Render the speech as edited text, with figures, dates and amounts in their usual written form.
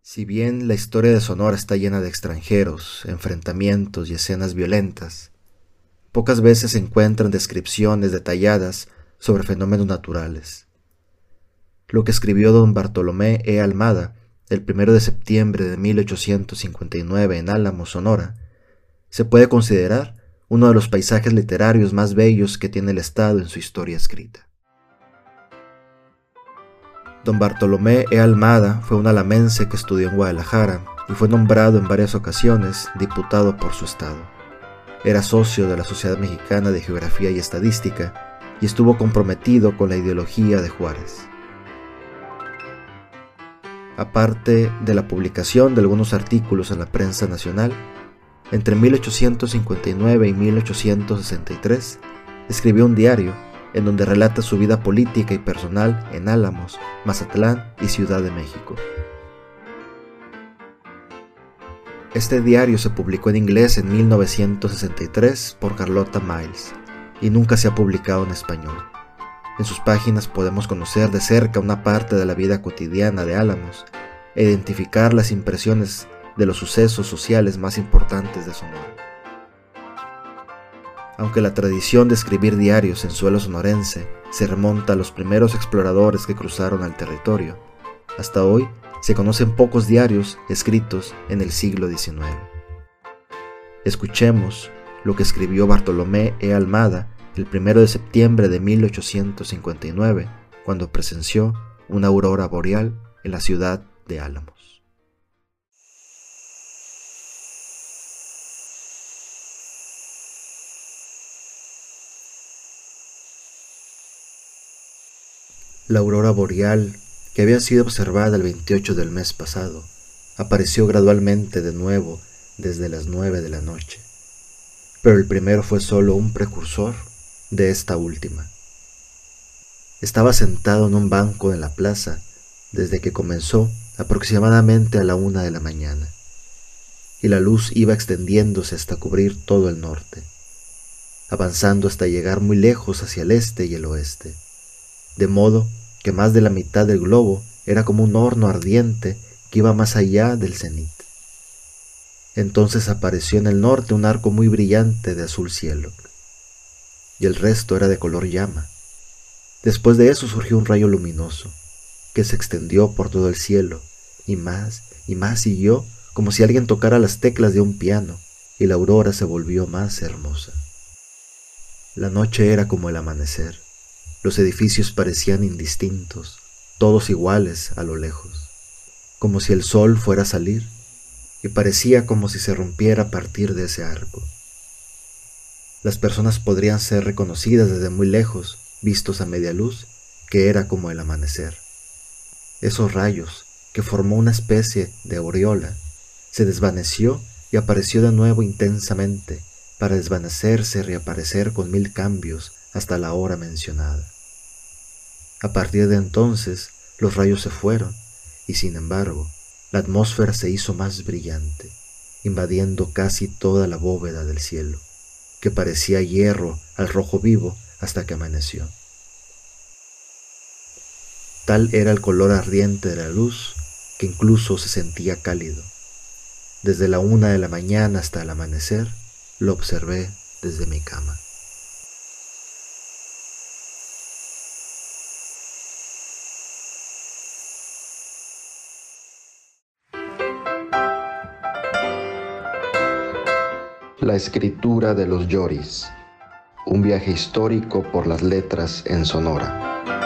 Si bien la historia de Sonora está llena de extranjeros, enfrentamientos y escenas violentas, pocas veces se encuentran descripciones detalladas sobre fenómenos naturales. Lo que escribió don Bartolomé E. Almada el 1 de septiembre de 1859 en Álamos, Sonora, se puede considerar uno de los paisajes literarios más bellos que tiene el Estado en su historia escrita. Don Bartolomé E. Almada fue un alamense que estudió en Guadalajara y fue nombrado en varias ocasiones diputado por su estado. Era socio de la Sociedad Mexicana de Geografía y Estadística y estuvo comprometido con la ideología de Juárez. Aparte de la publicación de algunos artículos en la prensa nacional, entre 1859 y 1863 escribió un diario en donde relata su vida política y personal en Álamos, Mazatlán y Ciudad de México. Este diario se publicó en inglés en 1963 por Carlota Miles y nunca se ha publicado en español. En sus páginas podemos conocer de cerca una parte de la vida cotidiana de Álamos e identificar las impresiones de los sucesos sociales más importantes de Sonora. Aunque la tradición de escribir diarios en suelo sonorense se remonta a los primeros exploradores que cruzaron al territorio, hasta hoy se conocen pocos diarios escritos en el siglo XIX. Escuchemos lo que escribió Bartolomé E. Almada el 1 de septiembre de 1859, cuando presenció una aurora boreal en la ciudad de Álamos. La aurora boreal, que había sido observada el 28 del mes pasado, apareció gradualmente de nuevo desde las 9 de la noche, pero el primero fue solo un precursor de esta última. Estaba sentado en un banco en la plaza desde que comenzó aproximadamente a la 1 de la mañana, y la luz iba extendiéndose hasta cubrir todo el norte, avanzando hasta llegar muy lejos hacia el este y el oeste, de modo que más de la mitad del globo era como un horno ardiente que iba más allá del cenit. Entonces apareció en el norte un arco muy brillante de azul cielo, y el resto era de color llama. Después de eso surgió un rayo luminoso, que se extendió por todo el cielo, y más siguió, como si alguien tocara las teclas de un piano, y la aurora se volvió más hermosa. La noche era como el amanecer. Los edificios parecían indistintos, todos iguales a lo lejos, como si el sol fuera a salir, y parecía como si se rompiera a partir de ese arco. Las personas podrían ser reconocidas desde muy lejos, vistos a media luz, que era como el amanecer. Esos rayos, que formó una especie de aureola, se desvaneció y apareció de nuevo intensamente, para desvanecerse y reaparecer con 1000 cambios hasta la hora mencionada. A partir de entonces, los rayos se fueron, y sin embargo, la atmósfera se hizo más brillante, invadiendo casi toda la bóveda del cielo, que parecía hierro al rojo vivo hasta que amaneció. Tal era el color ardiente de la luz que incluso se sentía cálido. Desde la 1 de la mañana hasta el amanecer, lo observé desde mi cama. La escritura de los Lloris, un viaje histórico por las letras en Sonora.